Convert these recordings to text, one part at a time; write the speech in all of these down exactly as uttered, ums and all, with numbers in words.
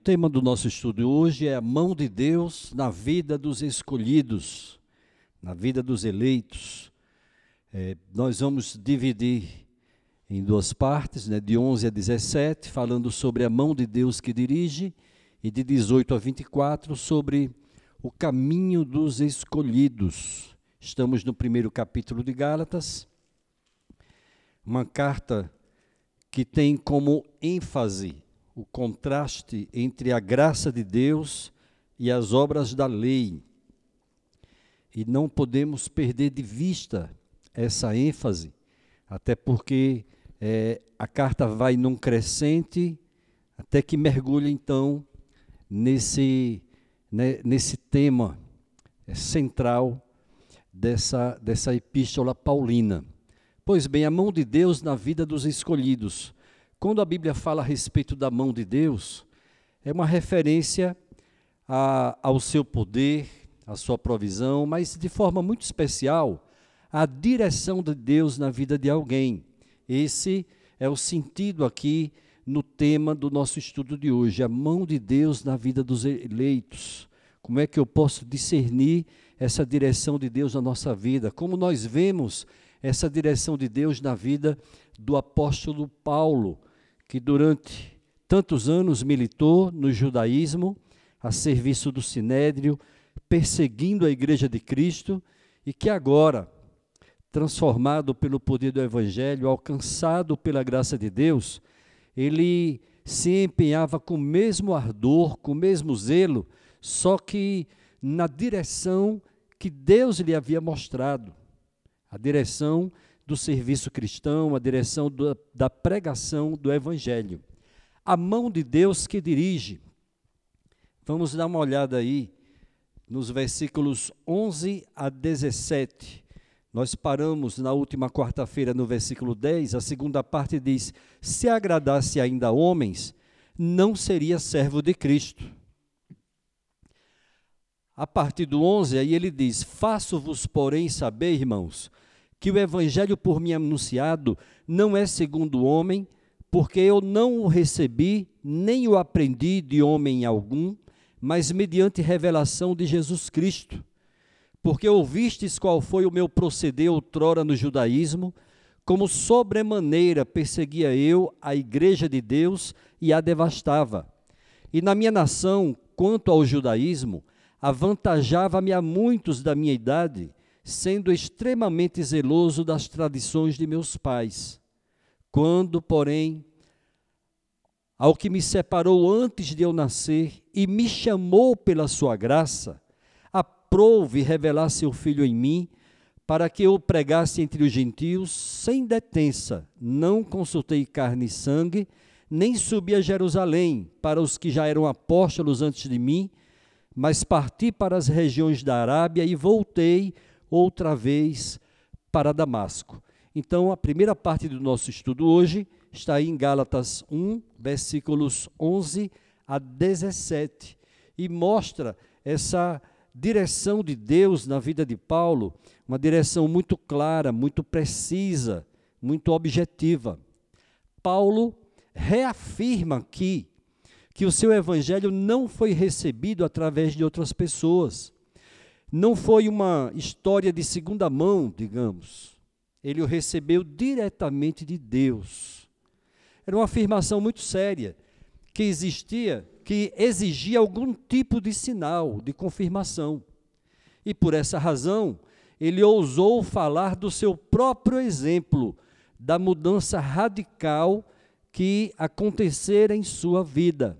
O tema do nosso estudo hoje é a mão de Deus na vida dos escolhidos, na vida dos eleitos. É, nós vamos dividir em duas partes, né, de onze a dezessete, falando sobre a mão de Deus que dirige, e de dezoito a vinte e quatro, sobre o caminho dos escolhidos. Estamos no primeiro capítulo de Gálatas, uma carta que tem como ênfase o contraste entre a graça de Deus e as obras da lei. E não podemos perder de vista essa ênfase, até porque é, a carta vai num crescente, até que mergulha então nesse, né, nesse tema é, central dessa, dessa epístola paulina. Pois bem, a mão de Deus na vida dos escolhidos. Quando a Bíblia fala a respeito da mão de Deus, é uma referência a, ao seu poder, à sua provisão, mas de forma muito especial, à direção de Deus na vida de alguém. Esse é o sentido aqui no tema do nosso estudo de hoje, a mão de Deus na vida dos eleitos. Como é que eu posso discernir essa direção de Deus na nossa vida? Como nós vemos essa direção de Deus na vida do apóstolo Paulo, que durante tantos anos militou no judaísmo, a serviço do Sinédrio, perseguindo a igreja de Cristo, e que agora, transformado pelo poder do Evangelho, alcançado pela graça de Deus, ele se empenhava com o mesmo ardor, com o mesmo zelo, só que na direção que Deus lhe havia mostrado, a direção do serviço cristão, a direção do, da pregação do Evangelho. A mão de Deus que dirige. Vamos dar uma olhada aí nos versículos onze a dezessete. Nós paramos na última quarta-feira no versículo dez, a segunda parte diz: se agradasse ainda a homens, não seria servo de Cristo. A partir do onze, aí ele diz: faço-vos, porém, saber, irmãos, que o evangelho por mim anunciado não é segundo o homem, porque eu não o recebi, nem o aprendi de homem algum, mas mediante revelação de Jesus Cristo. Porque ouvistes qual foi o meu proceder outrora no judaísmo, como sobremaneira perseguia eu a igreja de Deus e a devastava. E na minha nação, quanto ao judaísmo, avantajava-me a muitos da minha idade, sendo extremamente zeloso das tradições de meus pais. Quando, porém, ao que me separou antes de eu nascer e me chamou pela sua graça, aprove revelar seu Filho em mim, para que eu pregasse entre os gentios sem detença. Não consultei carne e sangue, nem subi a Jerusalém para os que já eram apóstolos antes de mim, mas parti para as regiões da Arábia e voltei outra vez para Damasco. Então, a primeira parte do nosso estudo hoje está aí em Gálatas um, versículos onze a dezessete, e mostra essa direção de Deus na vida de Paulo, uma direção muito clara, muito precisa, muito objetiva. Paulo reafirma aqui que o seu evangelho não foi recebido através de outras pessoas. Não foi uma história de segunda mão, digamos. Ele o recebeu diretamente de Deus. Era uma afirmação muito séria, que existia, que exigia algum tipo de sinal, de confirmação. E por essa razão, ele ousou falar do seu próprio exemplo, da mudança radical que acontecera em sua vida.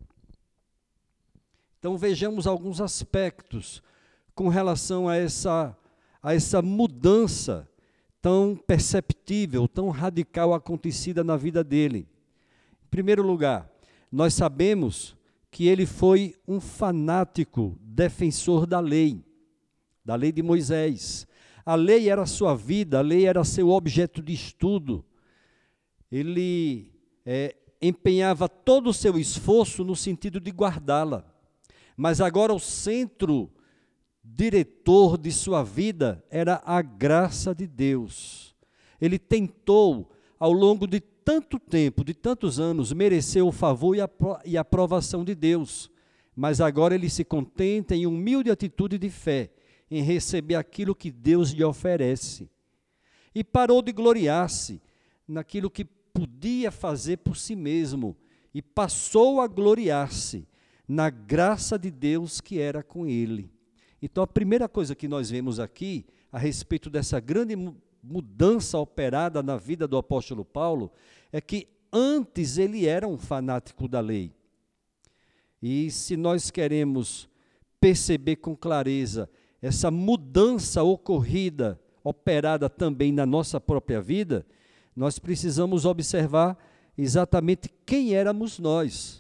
Então vejamos alguns aspectos com relação a essa, a essa mudança tão perceptível, tão radical acontecida na vida dele. Em primeiro lugar, nós sabemos que ele foi um fanático defensor da lei, da lei de Moisés. A lei era a sua vida, a lei era seu objeto de estudo. Ele é, empenhava todo o seu esforço no sentido de guardá-la. Mas agora o centro diretor de sua vida era a graça de Deus. Ele tentou, ao longo de tanto tempo, de tantos anos, mereceu o favor e a, e a aprovação de Deus, mas agora ele se contenta em humilde atitude de fé, em receber aquilo que Deus lhe oferece. E parou de gloriar-se naquilo que podia fazer por si mesmo, e passou a gloriar-se na graça de Deus que era com ele. Então, a primeira coisa que nós vemos aqui, a respeito dessa grande mudança operada na vida do apóstolo Paulo, é que antes ele era um fanático da lei. E se nós queremos perceber com clareza essa mudança ocorrida, operada também na nossa própria vida, nós precisamos observar exatamente quem éramos nós,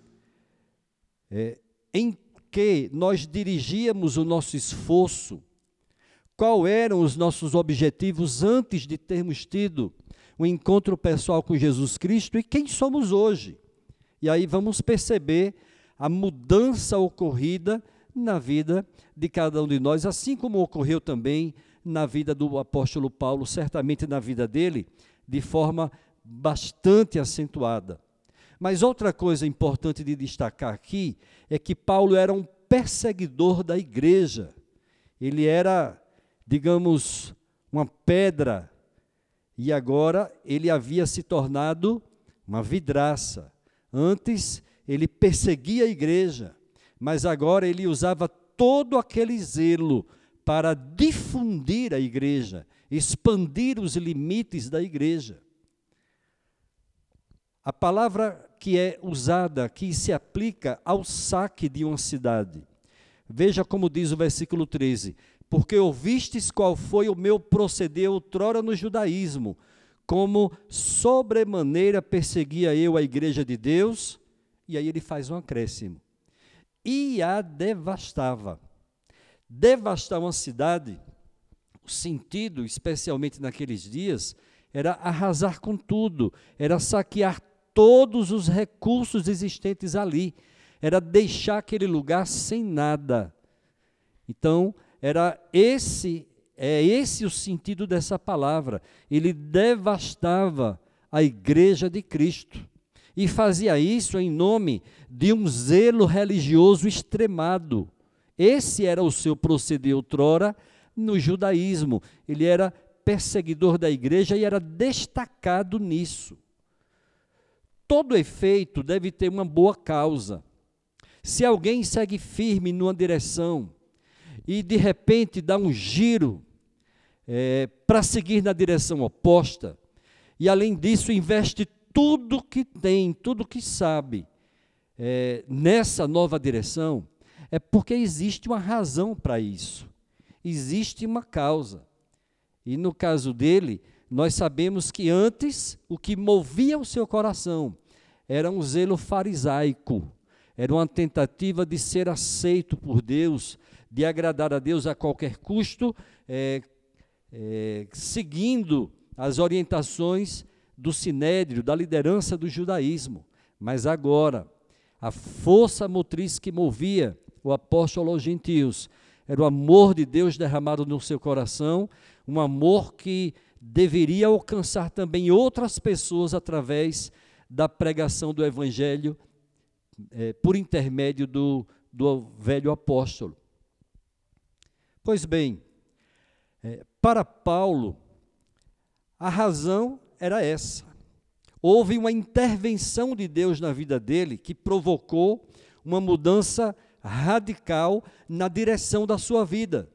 é, em que nós dirigíamos o nosso esforço, quais eram os nossos objetivos antes de termos tido um encontro pessoal com Jesus Cristo e quem somos hoje. E aí vamos perceber a mudança ocorrida na vida de cada um de nós, assim como ocorreu também na vida do apóstolo Paulo, certamente na vida dele, de forma bastante acentuada. Mas outra coisa importante de destacar aqui é que Paulo era um perseguidor da igreja. Ele era, digamos, uma pedra, e agora ele havia se tornado uma vidraça. Antes ele perseguia a igreja, mas agora ele usava todo aquele zelo para difundir a igreja, expandir os limites da igreja. A palavra que é usada aqui se aplica ao saque de uma cidade. Veja como diz o versículo treze: porque ouvistes qual foi o meu proceder outrora no judaísmo, como sobremaneira perseguia eu a igreja de Deus, e aí ele faz um acréscimo, e a devastava. Devastar uma cidade, o sentido, especialmente naqueles dias, era arrasar com tudo, era saquear todos os recursos existentes ali, era deixar aquele lugar sem nada. Então, era esse, é esse o sentido dessa palavra. Ele devastava a igreja de Cristo e fazia isso em nome de um zelo religioso extremado. Esse era o seu proceder outrora no judaísmo. Ele era perseguidor da igreja e era destacado nisso. Todo efeito deve ter uma boa causa. Se alguém segue firme numa direção e de repente dá um giro é, para seguir na direção oposta, e além disso investe tudo que tem, tudo que sabe é, nessa nova direção, é porque existe uma razão para isso, existe uma causa. E no caso dele, nós sabemos que antes o que movia o seu coração era um zelo farisaico, era uma tentativa de ser aceito por Deus, de agradar a Deus a qualquer custo, é, é, seguindo as orientações do sinédrio, da liderança do judaísmo. Mas agora, a força motriz que movia o apóstolo aos gentios era o amor de Deus derramado no seu coração, um amor que deveria alcançar também outras pessoas através da pregação do evangelho é, por intermédio do, do velho apóstolo. Pois bem, é, para Paulo, a razão era essa. Houve uma intervenção de Deus na vida dele que provocou uma mudança radical na direção da sua vida.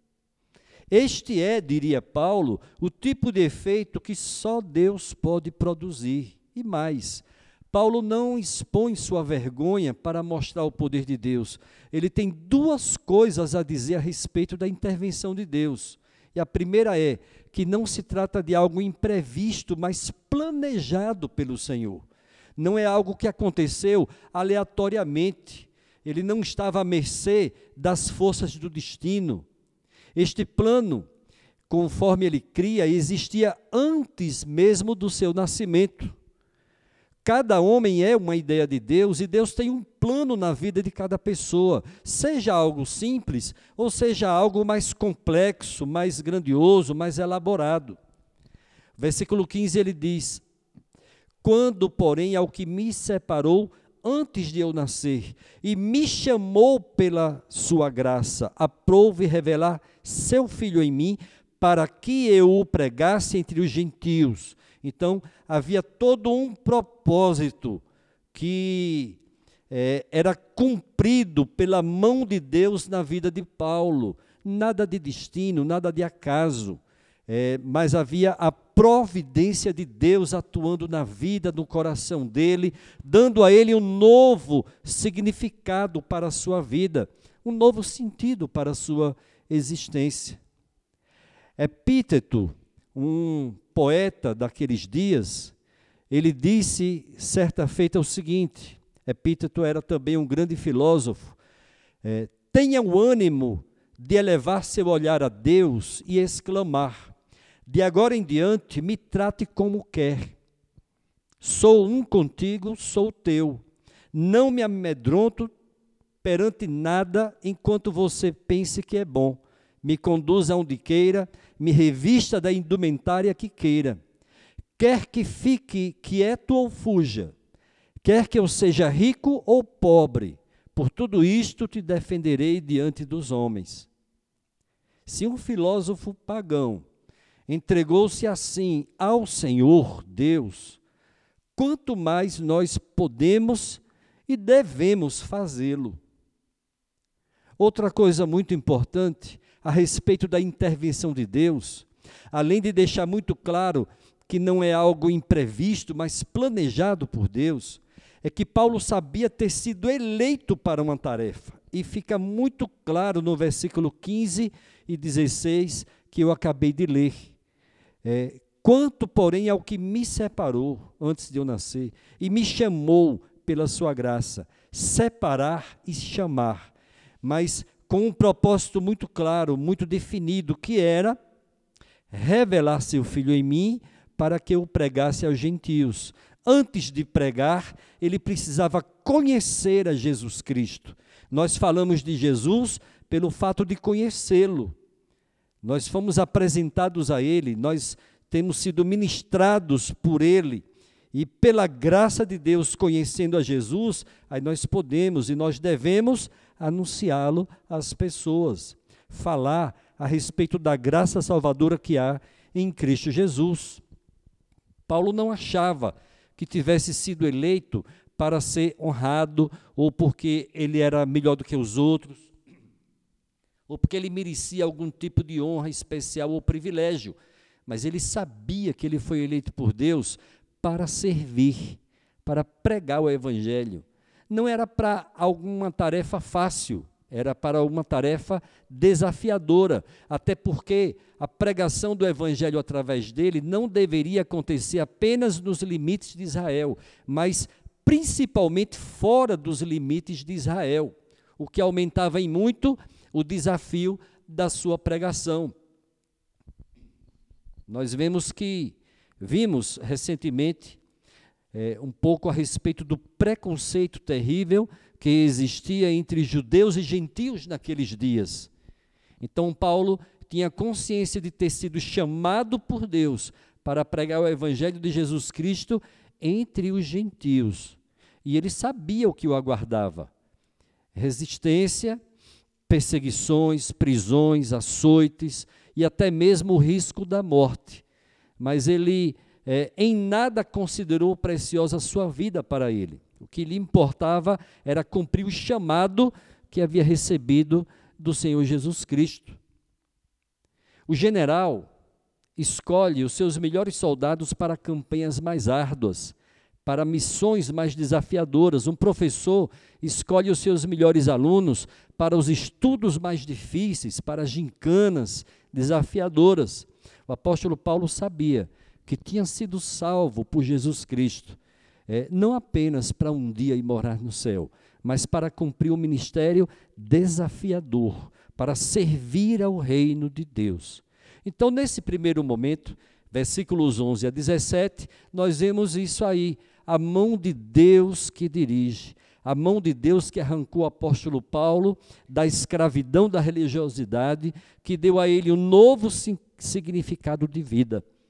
Este é, diria Paulo, o tipo de efeito que só Deus pode produzir. E mais, Paulo não expõe sua vergonha para mostrar o poder de Deus. Ele tem duas coisas a dizer a respeito da intervenção de Deus. E a primeira é que não se trata de algo imprevisto, mas planejado pelo Senhor. Não é algo que aconteceu aleatoriamente. Ele não estava à mercê das forças do destino. Este plano, conforme ele cria, existia antes mesmo do seu nascimento. Cada homem é uma ideia de Deus e Deus tem um plano na vida de cada pessoa, seja algo simples ou seja algo mais complexo, mais grandioso, mais elaborado. Versículo quinze ele diz: quando, porém, ao que me separou antes de eu nascer, e me chamou pela sua graça, aprove revelar seu Filho em mim, para que eu o pregasse entre os gentios. Então, havia todo um propósito que é, era cumprido pela mão de Deus na vida de Paulo. Nada de destino, nada de acaso, é, mas havia a providência de Deus atuando na vida, no coração dele, dando a ele um novo significado para a sua vida, um novo sentido para a sua existência. Epíteto, um poeta daqueles dias, ele disse certa feita o seguinte, Epíteto era também um grande filósofo, é, tenha o ânimo de elevar seu olhar a Deus e exclamar, de agora em diante me trate como quer, sou um contigo, sou teu, não me amedronto perante nada enquanto você pense que é bom, me conduza aonde queira, me revista da indumentária que queira, quer que fique quieto ou fuja, quer que eu seja rico ou pobre, por tudo isto te defenderei diante dos homens. Se um filósofo pagão entregou-se assim ao Senhor Deus, quanto mais nós podemos e devemos fazê-lo. Outra coisa muito importante a respeito da intervenção de Deus, além de deixar muito claro que não é algo imprevisto, mas planejado por Deus, é que Paulo sabia ter sido eleito para uma tarefa. E fica muito claro no versículo quinze e dezesseis que eu acabei de ler. É, quanto, porém, ao que me separou antes de eu nascer e me chamou pela sua graça, separar e chamar, mas com um propósito muito claro, muito definido, que era revelar seu Filho em mim para que eu o pregasse aos gentios. Antes de pregar, ele precisava conhecer a Jesus Cristo. Nós falamos de Jesus pelo fato de conhecê-lo. Nós fomos apresentados a ele, nós temos sido ministrados por ele. E pela graça de Deus, conhecendo a Jesus, aí nós podemos e nós devemos anunciá-lo às pessoas. Falar a respeito da graça salvadora que há em Cristo Jesus. Paulo não achava que tivesse sido eleito para ser honrado, ou porque ele era melhor do que os outros, ou porque ele merecia algum tipo de honra especial ou privilégio, mas ele sabia que ele foi eleito por Deus para servir, para pregar o Evangelho. Não era para alguma tarefa fácil, era para uma tarefa desafiadora, até porque a pregação do Evangelho através dele não deveria acontecer apenas nos limites de Israel, mas principalmente fora dos limites de Israel, o que aumentava em muito o desafio da sua pregação. Nós vemos que, vimos recentemente, é, um pouco a respeito do preconceito terrível que existia entre judeus e gentios naqueles dias. Então Paulo tinha consciência de ter sido chamado por Deus para pregar o Evangelho de Jesus Cristo entre os gentios. E ele sabia o que o aguardava. Resistência, perseguições, prisões, açoites e até mesmo o risco da morte. Mas ele é, em nada considerou preciosa a sua vida para ele. O que lhe importava era cumprir o chamado que havia recebido do Senhor Jesus Cristo. O general escolhe os seus melhores soldados para campanhas mais árduas, para missões mais desafiadoras. Um professor escolhe os seus melhores alunos para os estudos mais difíceis, para gincanas desafiadoras. O apóstolo Paulo sabia que tinha sido salvo por Jesus Cristo, é, não apenas para um dia ir morar no céu, mas para cumprir um ministério desafiador, para servir ao reino de Deus. Então, nesse primeiro momento, versículos onze a dezessete, nós vemos isso aí, a mão de Deus que dirige, a mão de Deus que arrancou o apóstolo Paulo da escravidão da religiosidade, que deu a ele um novo significado de vida.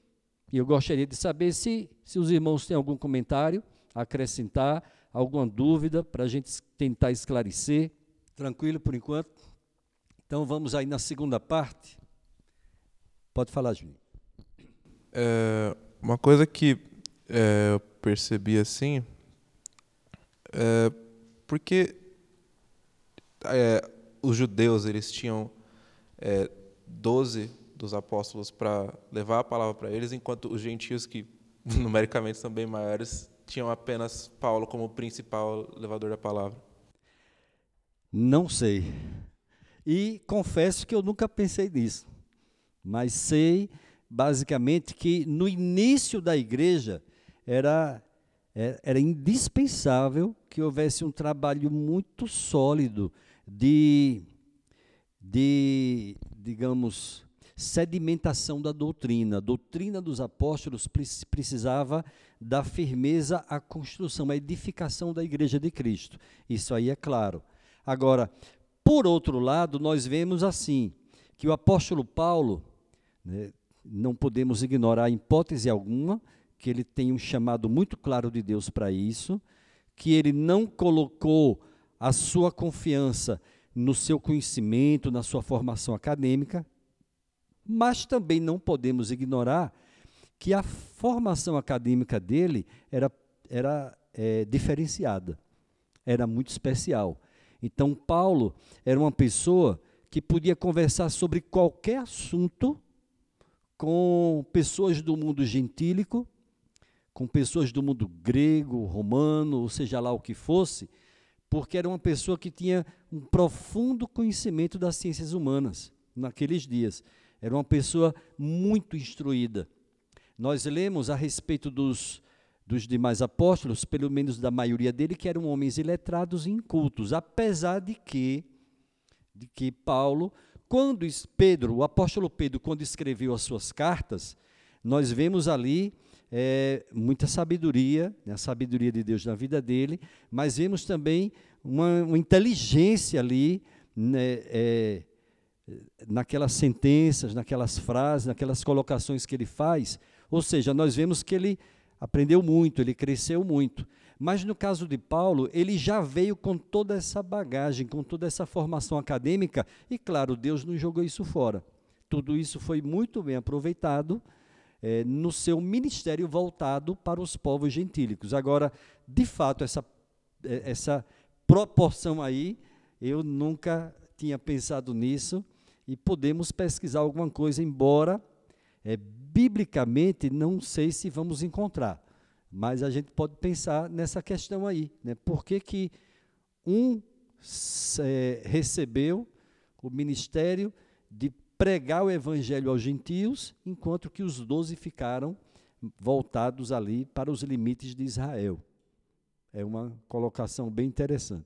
E eu gostaria de saber se, se os irmãos têm algum comentário a acrescentar, alguma dúvida para a gente tentar esclarecer. Tranquilo por enquanto? Então vamos aí na segunda parte. Pode falar, Juninho. É, uma coisa que é, eu percebi assim, é, porque é, os judeus eles tinham é, doze dos apóstolos para levar a palavra para eles, enquanto os gentios, que numericamente são bem maiores, tinham apenas Paulo como principal levador da palavra. Não sei. E confesso que eu nunca pensei nisso. Mas sei, basicamente, que no início da igreja era, era indispensável que houvesse um trabalho muito sólido de, de digamos, sedimentação da doutrina. A doutrina dos apóstolos precisava da firmeza à construção, à edificação da igreja de Cristo. Isso aí é claro. Agora, por outro lado, nós vemos assim, que o apóstolo Paulo, né, não podemos ignorar em hipótese alguma, que ele tem um chamado muito claro de Deus para isso, que ele não colocou a sua confiança no seu conhecimento, na sua formação acadêmica, mas também não podemos ignorar que a formação acadêmica dele era, era é, diferenciada, era muito especial. Então, Paulo era uma pessoa que podia conversar sobre qualquer assunto com pessoas do mundo gentílico, com pessoas do mundo grego, romano, ou seja lá o que fosse, porque era uma pessoa que tinha um profundo conhecimento das ciências humanas naqueles dias. Era uma pessoa muito instruída. Nós lemos a respeito dos, dos demais apóstolos, pelo menos da maioria deles, que eram homens iletrados e incultos, apesar de que, de que Paulo, quando Pedro, o apóstolo Pedro, quando escreveu as suas cartas, nós vemos ali é, muita sabedoria, né, a sabedoria de Deus na vida dele, mas vemos também uma, uma inteligência ali, né, é, naquelas sentenças, naquelas frases, naquelas colocações que ele faz. Ou seja, nós vemos que ele aprendeu muito, ele cresceu muito. Mas no caso de Paulo, ele já veio com toda essa bagagem, com toda essa formação acadêmica, e claro, Deus não jogou isso fora. Tudo isso foi muito bem aproveitado é, no seu ministério voltado para os povos gentílicos. Agora, de fato, essa, essa proporção aí, eu nunca tinha pensado nisso, e podemos pesquisar alguma coisa, embora é, biblicamente não sei se vamos encontrar. Mas a gente pode pensar nessa questão aí, né? Por que que um é, recebeu o ministério de pregar o evangelho aos gentios, enquanto que os doze ficaram voltados ali para os limites de Israel? É uma colocação bem interessante.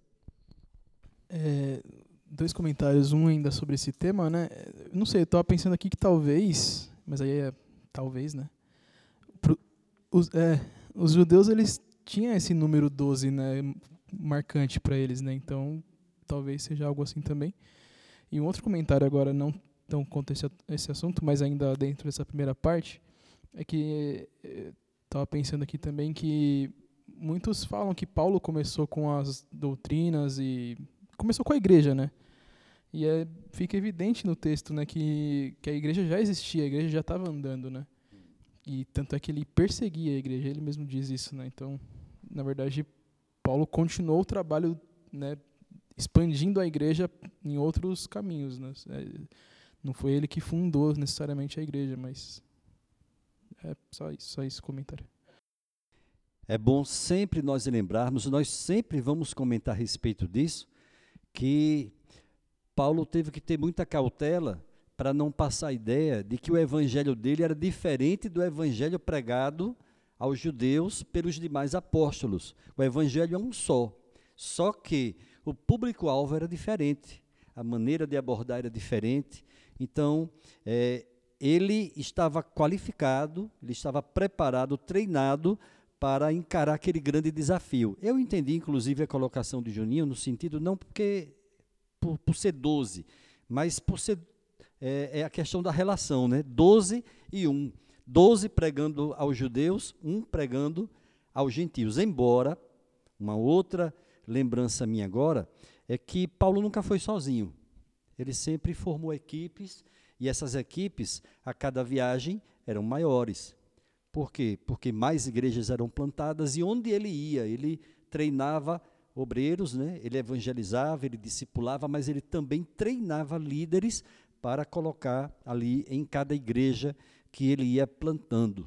É, dois comentários, um ainda sobre esse tema, né? Eu não sei, eu estava pensando aqui que talvez, mas aí é talvez, né? Pro, os, é, os judeus, eles tinham esse número doze, né, marcante para eles, né? Então, talvez seja algo assim também. E um outro comentário agora, não tão contra esse, esse assunto, mas ainda dentro dessa primeira parte, é que estava pensando aqui também que muitos falam que Paulo começou com as doutrinas e começou com a igreja, né? E é, fica evidente no texto, né, que, que a igreja já existia, a igreja já estava andando, né? E tanto é que ele perseguia a igreja, ele mesmo diz isso, né? Então, na verdade, Paulo continuou o trabalho, né, expandindo a igreja em outros caminhos, né? Não foi ele que fundou necessariamente a igreja, mas é só isso, só esse comentário. É bom sempre nós lembrarmos, nós sempre vamos comentar a respeito disso, que Paulo teve que ter muita cautela para não passar a ideia de que o evangelho dele era diferente do evangelho pregado aos judeus pelos demais apóstolos. O evangelho é um só, só que o público-alvo era diferente, a maneira de abordar era diferente. Então, é, ele estava qualificado, ele estava preparado, treinado para encarar aquele grande desafio. Eu entendi, inclusive, a colocação de Juninho no sentido, não porque por, por ser doze, mas por ser, é, é a questão da relação, né? doze e um. doze pregando aos judeus, um pregando aos gentios. Embora, uma outra lembrança minha agora, é que Paulo nunca foi sozinho. Ele sempre formou equipes, e essas equipes, a cada viagem, eram maiores. Por quê? Porque mais igrejas eram plantadas, e onde ele ia, ele treinava obreiros, né? Ele evangelizava, ele discipulava, mas ele também treinava líderes para colocar ali em cada igreja que ele ia plantando.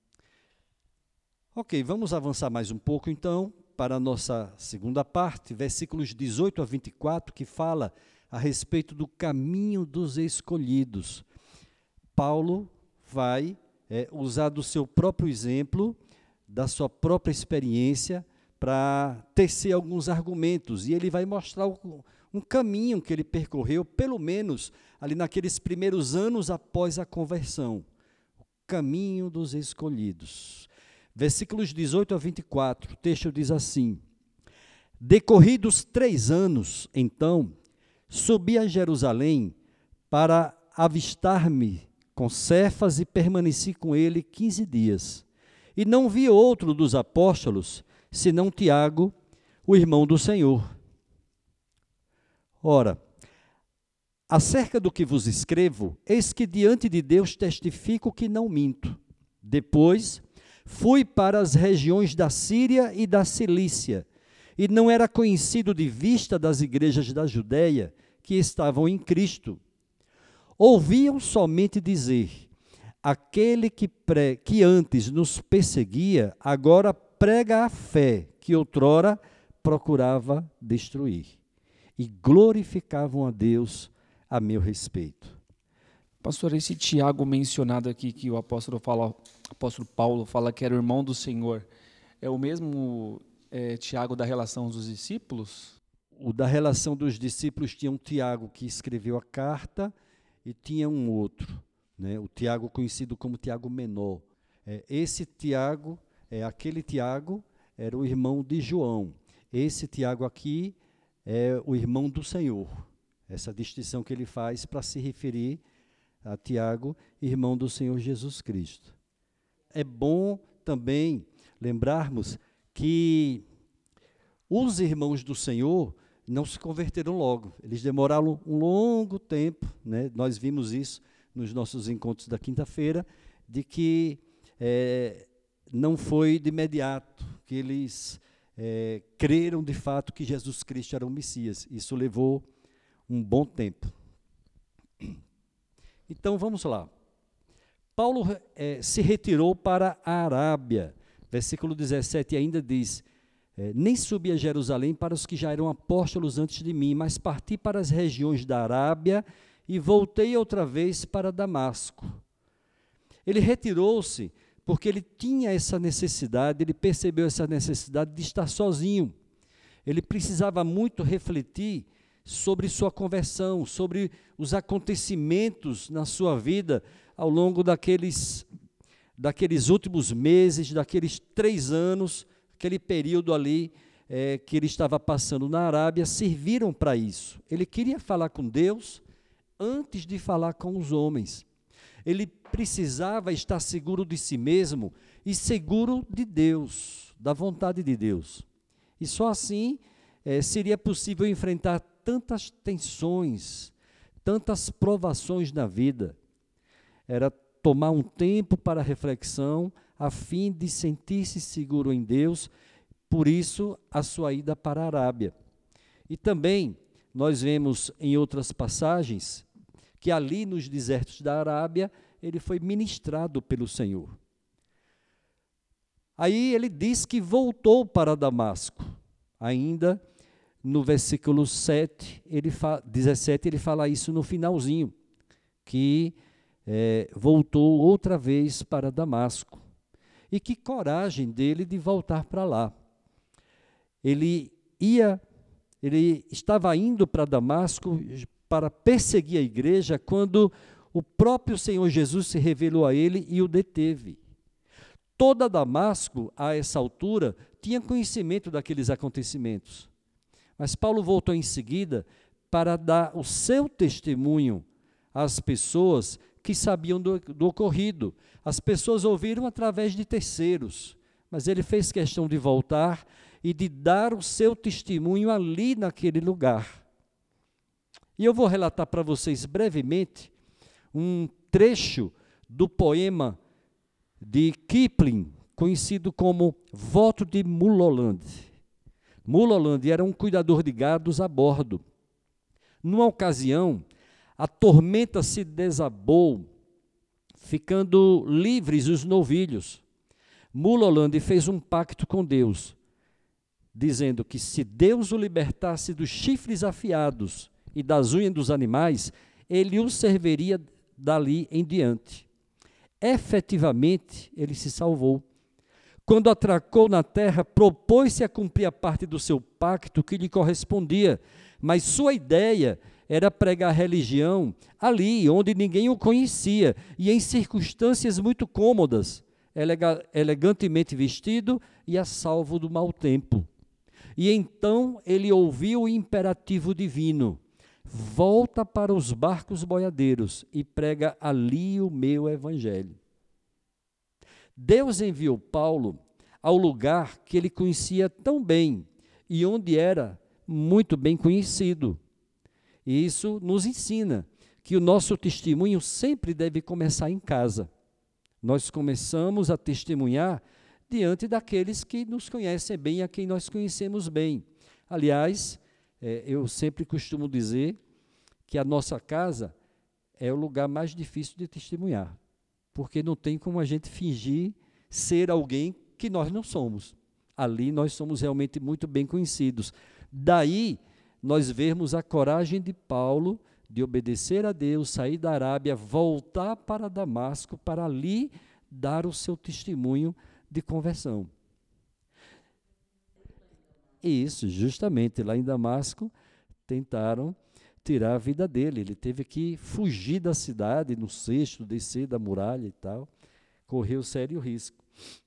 Ok, vamos avançar mais um pouco então para a nossa segunda parte, versículos dezoito a vinte e quatro, que fala a respeito do caminho dos escolhidos. Paulo vai é, usar do seu próprio exemplo, da sua própria experiência, para tecer alguns argumentos, e ele vai mostrar o, um caminho que ele percorreu, pelo menos ali naqueles primeiros anos após a conversão. O caminho dos escolhidos. Versículos dezoito a vinte e quatro, o texto diz assim: decorridos três anos, então, subi a Jerusalém para avistar-me com Cefas e permaneci com ele quinze dias. E não vi outro dos apóstolos, senão Tiago, o irmão do Senhor. Ora, acerca do que vos escrevo, eis que diante de Deus testifico que não minto. Depois, fui para as regiões da Síria e da Cilícia, e não era conhecido de vista das igrejas da Judéia, que estavam em Cristo. Ouviam somente dizer: aquele que, pre, que antes nos perseguia, agora prega a fé que outrora procurava destruir. E glorificavam a Deus a meu respeito. Pastor, esse Tiago mencionado aqui, que o apóstolo, fala, apóstolo Paulo fala que era o irmão do Senhor, é o mesmo é, Tiago da relação dos discípulos? O da relação dos discípulos tinha um Tiago que escreveu a carta, e tinha um outro, né, o Tiago conhecido como Tiago Menor. É, esse Tiago, é, aquele Tiago era o irmão de João. Esse Tiago aqui é o irmão do Senhor. Essa distinção que ele faz para se referir a Tiago, irmão do Senhor Jesus Cristo. É bom também lembrarmos que os irmãos do Senhor não se converteram logo. Eles demoraram um longo tempo, né? Nós vimos isso nos nossos encontros da quinta-feira, de que é, não foi de imediato que eles é, creram de fato que Jesus Cristo era o Messias. Isso levou um bom tempo. Então, vamos lá. Paulo é, se retirou para a Arábia. Versículo dezessete ainda diz: é, nem subi a Jerusalém para os que já eram apóstolos antes de mim, mas parti para as regiões da Arábia e voltei outra vez para Damasco. Ele retirou-se porque ele tinha essa necessidade, ele percebeu essa necessidade de estar sozinho. Ele precisava muito refletir sobre sua conversão, sobre os acontecimentos na sua vida ao longo daqueles, daqueles últimos meses, daqueles três anos, aquele período ali é, que ele estava passando na Arábia, serviram para isso. Ele queria falar com Deus antes de falar com os homens. Ele precisava estar seguro de si mesmo e seguro de Deus, da vontade de Deus. E só assim é, seria possível enfrentar tantas tensões, tantas provações na vida. Era tomar um tempo para reflexão, a fim de sentir-se seguro em Deus, por isso a sua ida para a Arábia. E também nós vemos em outras passagens que ali nos desertos da Arábia ele foi ministrado pelo Senhor. Aí ele diz que voltou para Damasco. Ainda no versículo sete, ele fa- dezessete, ele fala isso no finalzinho, que é, voltou outra vez para Damasco. E que coragem dele de voltar para lá. Ele ia, ele estava indo para Damasco para perseguir a igreja, quando o próprio Senhor Jesus se revelou a ele e o deteve. Toda Damasco, a essa altura, tinha conhecimento daqueles acontecimentos. Mas Paulo voltou em seguida para dar o seu testemunho às pessoas que sabiam do, do ocorrido. As pessoas ouviram através de terceiros, mas ele fez questão de voltar e de dar o seu testemunho ali naquele lugar. E eu vou relatar para vocês brevemente um trecho do poema de Kipling, conhecido como Voto de Mulholland. Mulholland era um cuidador de gados a bordo. Numa ocasião, a tormenta se desabou, ficando livres os novilhos. Mulholland fez um pacto com Deus, dizendo que se Deus o libertasse dos chifres afiados e das unhas dos animais, ele o serviria dali em diante. Efetivamente, ele se salvou. Quando atracou na terra, propôs-se a cumprir a parte do seu pacto que lhe correspondia, mas sua ideia era pregar religião ali, onde ninguém o conhecia, e em circunstâncias muito cômodas, elega- elegantemente vestido e a salvo do mau tempo. E então ele ouviu o imperativo divino: volta para os barcos boiadeiros e prega ali o meu evangelho. Deus enviou Paulo ao lugar que ele conhecia tão bem e onde era muito bem conhecido. E isso nos ensina que o nosso testemunho sempre deve começar em casa. Nós começamos a testemunhar diante daqueles que nos conhecem bem, a quem nós conhecemos bem. Aliás, é, eu sempre costumo dizer que a nossa casa é o lugar mais difícil de testemunhar, porque não tem como a gente fingir ser alguém que nós não somos. Ali nós somos realmente muito bem conhecidos. Daí, nós vemos a coragem de Paulo de obedecer a Deus, sair da Arábia, voltar para Damasco, para ali dar o seu testemunho de conversão. Isso, justamente, lá em Damasco, tentaram tirar a vida dele. Ele teve que fugir da cidade, no cesto, descer da muralha e tal. Correu sério risco.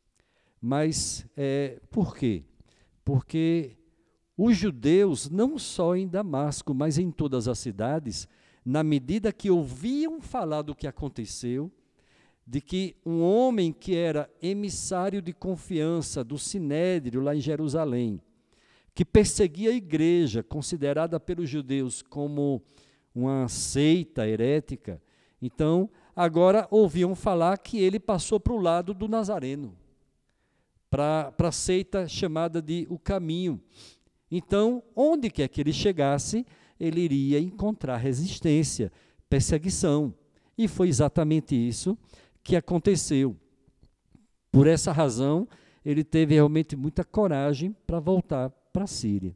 Mas, é, por quê? Porque os judeus, não só em Damasco, mas em todas as cidades, na medida que ouviam falar do que aconteceu, de que um homem que era emissário de confiança do Sinédrio lá em Jerusalém, que perseguia a igreja, considerada pelos judeus como uma seita herética, então, agora ouviam falar que ele passou para o lado do Nazareno, para a seita chamada de O Caminho. Então, onde quer que ele chegasse, ele iria encontrar resistência, perseguição. E foi exatamente isso que aconteceu. Por essa razão, ele teve realmente muita coragem para voltar para a Síria.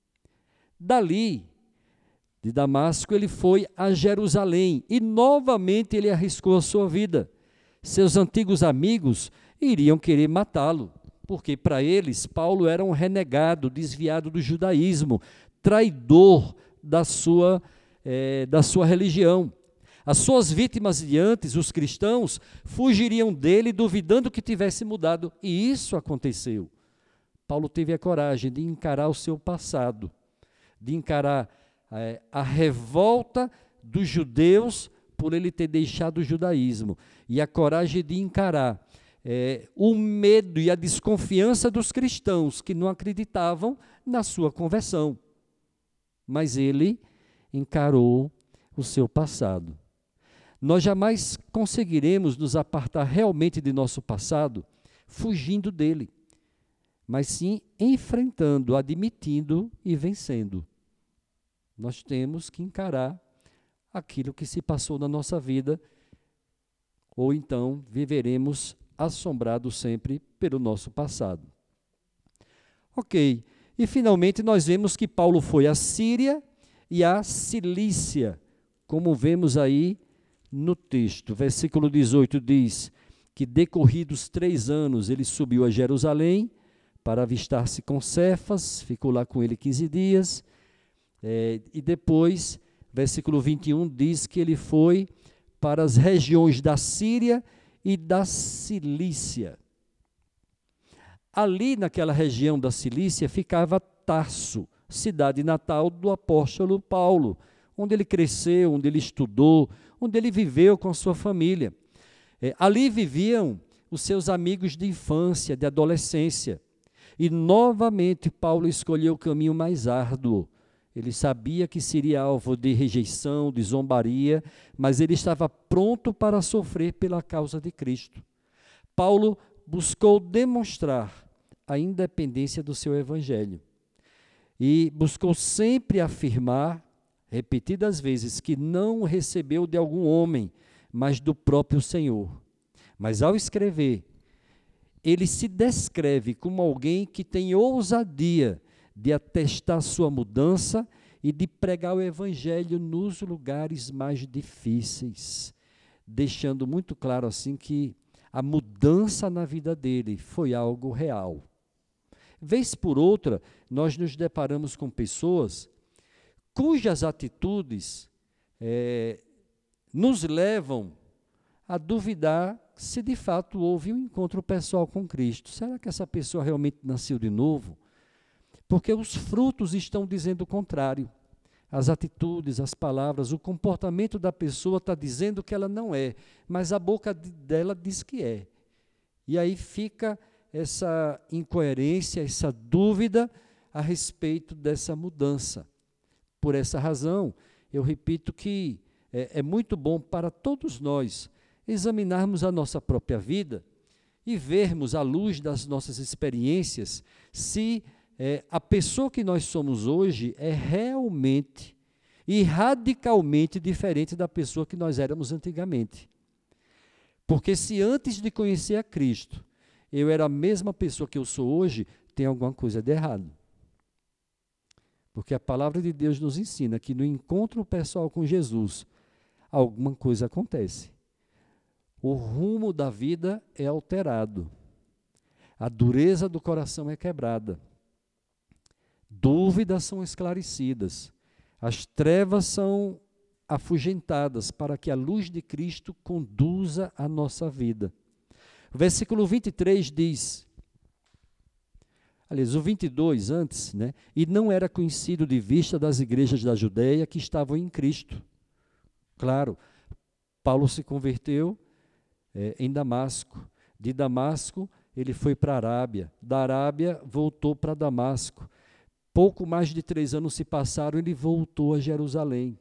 Dali, de Damasco, ele foi a Jerusalém e novamente ele arriscou a sua vida. Seus antigos amigos iriam querer matá-lo, porque para eles Paulo era um renegado, desviado do judaísmo, traidor da sua, eh, da sua religião. As suas vítimas de antes, os cristãos, fugiriam dele duvidando que tivesse mudado, e isso aconteceu. Paulo teve a coragem de encarar o seu passado, de encarar eh, a revolta dos judeus por ele ter deixado o judaísmo, e a coragem de encarar eh, o medo e a desconfiança dos cristãos que não acreditavam na sua conversão. Mas ele encarou o seu passado. Nós jamais conseguiremos nos apartar realmente de nosso passado fugindo dele, mas sim enfrentando, admitindo e vencendo. Nós temos que encarar aquilo que se passou na nossa vida, ou então viveremos assombrados sempre pelo nosso passado. Ok, e finalmente nós vemos que Paulo foi à Síria e à Cilícia, como vemos aí no texto. Versículo dezoito diz que, decorridos três anos, ele subiu a Jerusalém para avistar-se com Cefas, ficou lá com ele quinze dias, é, e depois, versículo vinte e um, diz que ele foi para as regiões da Síria e da Cilícia. Ali, naquela região da Cilícia, ficava Tarso, cidade natal do apóstolo Paulo, onde ele cresceu, onde ele estudou, onde ele viveu com a sua família. É, ali viviam os seus amigos de infância, de adolescência. E, novamente, Paulo escolheu o caminho mais árduo. Ele sabia que seria alvo de rejeição, de zombaria, mas ele estava pronto para sofrer pela causa de Cristo. Paulo buscou demonstrar a independência do seu evangelho e buscou sempre afirmar, repetidas vezes, que não recebeu de algum homem, mas do próprio Senhor. Mas ao escrever, ele se descreve como alguém que tem ousadia de atestar sua mudança e de pregar o evangelho nos lugares mais difíceis, deixando muito claro assim que a mudança na vida dele foi algo real. Vez por outra, nós nos deparamos com pessoas cujas atitudes é, nos levam a duvidar se de fato houve um encontro pessoal com Cristo. Será que essa pessoa realmente nasceu de novo? Porque os frutos estão dizendo o contrário. As atitudes, as palavras, o comportamento da pessoa está dizendo que ela não é, mas a boca dela diz que é. E aí fica essa incoerência, essa dúvida a respeito dessa mudança. Por essa razão, eu repito que é, é muito bom para todos nós examinarmos a nossa própria vida e vermos, à luz das nossas experiências, se É, a pessoa que nós somos hoje é realmente e radicalmente diferente da pessoa que nós éramos antigamente. Porque se antes de conhecer a Cristo, eu era a mesma pessoa que eu sou hoje, tem alguma coisa de errado. Porque a palavra de Deus nos ensina que no encontro pessoal com Jesus, alguma coisa acontece. O rumo da vida é alterado. A dureza do coração é quebrada. Dúvidas são esclarecidas, as trevas são afugentadas para que a luz de Cristo conduza a nossa vida. O versículo vinte e três diz, aliás, o vinte e dois antes, né? E não era conhecido de vista das igrejas da Judeia que estavam em Cristo. Claro, Paulo se converteu é, em Damasco. De Damasco, ele foi para a Arábia. Da Arábia, voltou para Damasco. Pouco mais de três anos se passaram, ele voltou a Jerusalém.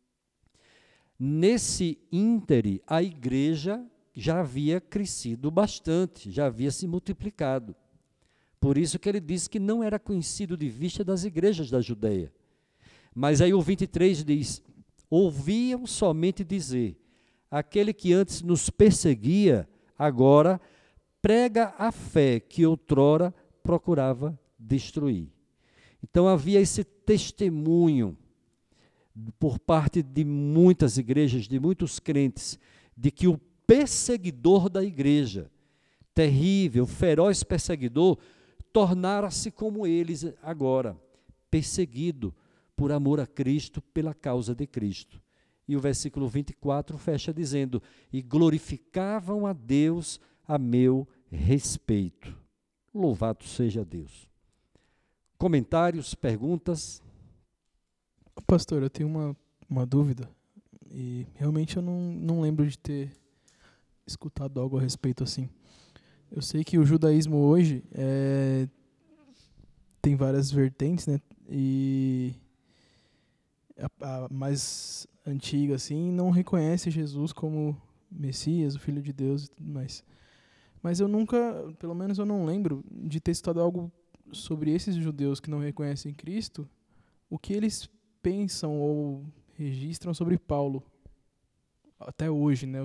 Nesse íntere, a igreja já havia crescido bastante, já havia se multiplicado. Por isso que ele diz que não era conhecido de vista das igrejas da Judeia. Mas aí o vinte e três diz, ouviam somente dizer, aquele que antes nos perseguia, agora prega a fé que outrora procurava destruir. Então havia esse testemunho por parte de muitas igrejas, de muitos crentes, de que o perseguidor da igreja, terrível, feroz perseguidor, tornara-se como eles agora, perseguido por amor a Cristo, pela causa de Cristo. E o versículo vinte e quatro fecha dizendo, e glorificavam a Deus a meu respeito. Louvado seja Deus. Comentários, perguntas? Pastor, eu tenho uma, uma dúvida e realmente eu não, não lembro de ter escutado algo a respeito assim. Eu sei que o judaísmo hoje é, tem várias vertentes, né? E a, a mais antiga assim não reconhece Jesus como Messias, o Filho de Deus e tudo mais. Mas eu nunca, pelo menos eu não lembro de ter estudado algo sobre esses judeus que não reconhecem Cristo, o que eles pensam ou registram sobre Paulo, até hoje, né?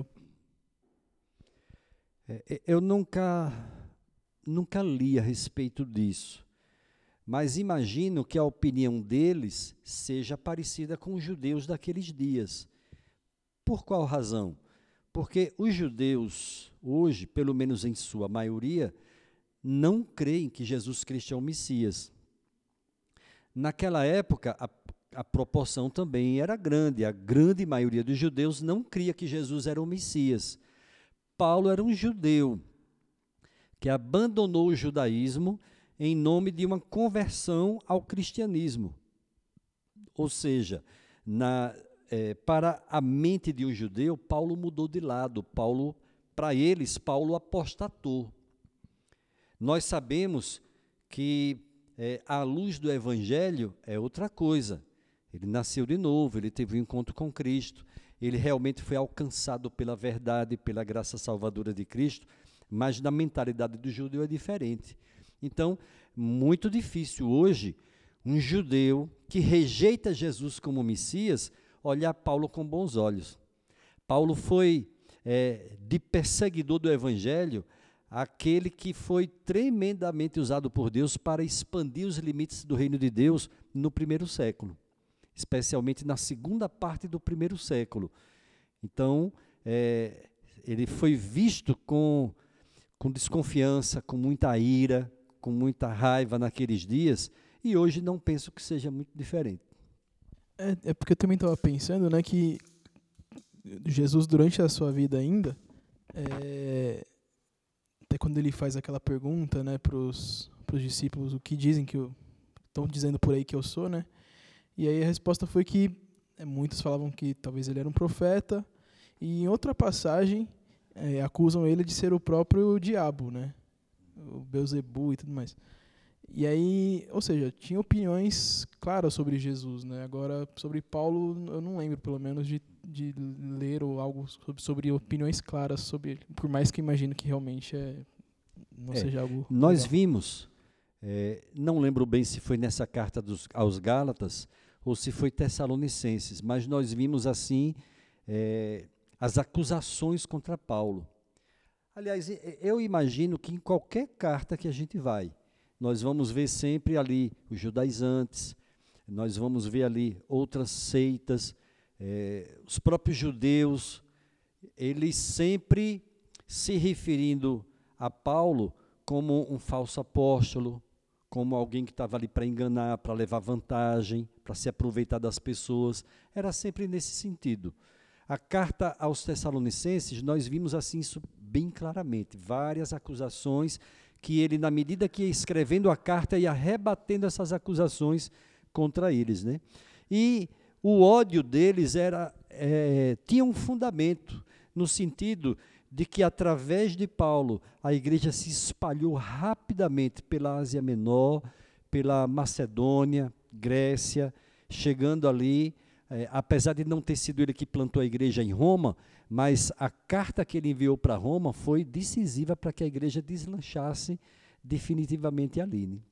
É, eu nunca, nunca li a respeito disso, mas imagino que a opinião deles seja parecida com os judeus daqueles dias. Por qual razão? Porque os judeus, hoje, pelo menos em sua maioria, não creem que Jesus Cristo é o Messias. Naquela época, a, a proporção também era grande. A grande maioria dos judeus não cria que Jesus era o Messias. Paulo era um judeu que abandonou o judaísmo em nome de uma conversão ao cristianismo. Ou seja, na, é, para a mente de um judeu, Paulo mudou de lado. Paulo, para eles, Paulo apostatou. Nós sabemos que é, a luz do Evangelho é outra coisa. Ele nasceu de novo, ele teve um encontro com Cristo, ele realmente foi alcançado pela verdade, pela graça salvadora de Cristo, mas na mentalidade do judeu é diferente. Então, muito difícil hoje um judeu que rejeita Jesus como Messias olhar Paulo com bons olhos. Paulo foi, é, de perseguidor do Evangelho, aquele que foi tremendamente usado por Deus para expandir os limites do reino de Deus no primeiro século, especialmente na segunda parte do primeiro século. Então, é, ele foi visto com, com desconfiança, com muita ira, com muita raiva naqueles dias, e hoje não penso que seja muito diferente. É, é porque eu também estava pensando, né, que Jesus, durante a sua vida ainda, é, até quando ele faz aquela pergunta, né, para os discípulos, o que dizem que eu, estão dizendo por aí que eu sou, né? E aí a resposta foi que é, muitos falavam que talvez ele era um profeta, e em outra passagem é, acusam ele de ser o próprio diabo, né? O Beelzebu e tudo mais. E aí, ou seja, tinha opiniões claras sobre Jesus, né? Agora, sobre Paulo, eu não lembro, pelo menos, de, de ler ou algo sobre, sobre opiniões claras sobre ele, por mais que imagino que realmente é, não É, seja algo... Nós legal. vimos, é, não lembro bem se foi nessa carta dos, aos Gálatas ou se foi Tessalonicenses, mas nós vimos assim é, as acusações contra Paulo. Aliás, eu imagino que em qualquer carta que a gente vai, nós vamos ver sempre ali os judaizantes, nós vamos ver ali outras seitas, é, os próprios judeus, eles sempre se referindo a Paulo como um falso apóstolo, como alguém que estava ali para enganar, para levar vantagem, para se aproveitar das pessoas. Era sempre nesse sentido. A carta aos Tessalonicenses, nós vimos assim isso bem claramente, várias acusações que ele, na medida que ia escrevendo a carta, ia rebatendo essas acusações contra eles, né? E o ódio deles era, é, tinha um fundamento, no sentido de que, através de Paulo, a igreja se espalhou rapidamente pela Ásia Menor, pela Macedônia, Grécia, chegando ali, é, apesar de não ter sido ele que plantou a igreja em Roma, mas a carta que ele enviou para Roma foi decisiva para que a igreja deslanchasse definitivamente ali, né?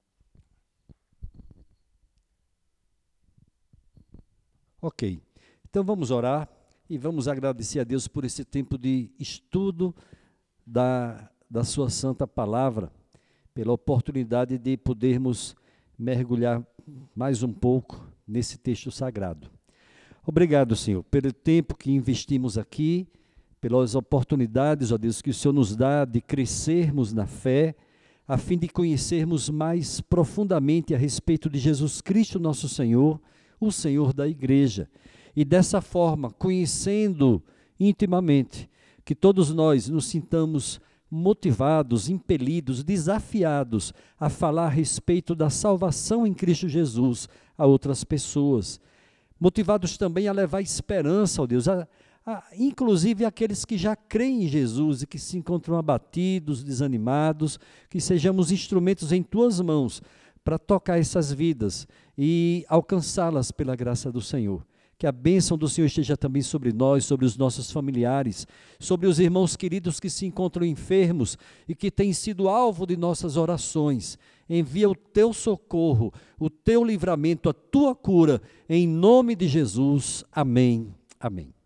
Ok, então vamos orar e vamos agradecer a Deus por esse tempo de estudo da, da sua santa palavra, pela oportunidade de podermos mergulhar mais um pouco nesse texto sagrado. Obrigado, Senhor, pelo tempo que investimos aqui, pelas oportunidades, ó Deus, que o Senhor nos dá de crescermos na fé, a fim de conhecermos mais profundamente a respeito de Jesus Cristo, nosso Senhor, o Senhor da igreja. E dessa forma, conhecendo intimamente, que todos nós nos sintamos motivados, impelidos, desafiados a falar a respeito da salvação em Cristo Jesus a outras pessoas. Motivados também a levar esperança, ó Deus, a, a, inclusive aqueles que já creem em Jesus e que se encontram abatidos, desanimados, que sejamos instrumentos em Tuas mãos para tocar essas vidas e alcançá-las pela graça do Senhor. Que a bênção do Senhor esteja também sobre nós, sobre os nossos familiares, sobre os irmãos queridos que se encontram enfermos e que têm sido alvo de nossas orações. Envia o Teu socorro, o Teu livramento, a Tua cura, em nome de Jesus. Amém. Amém.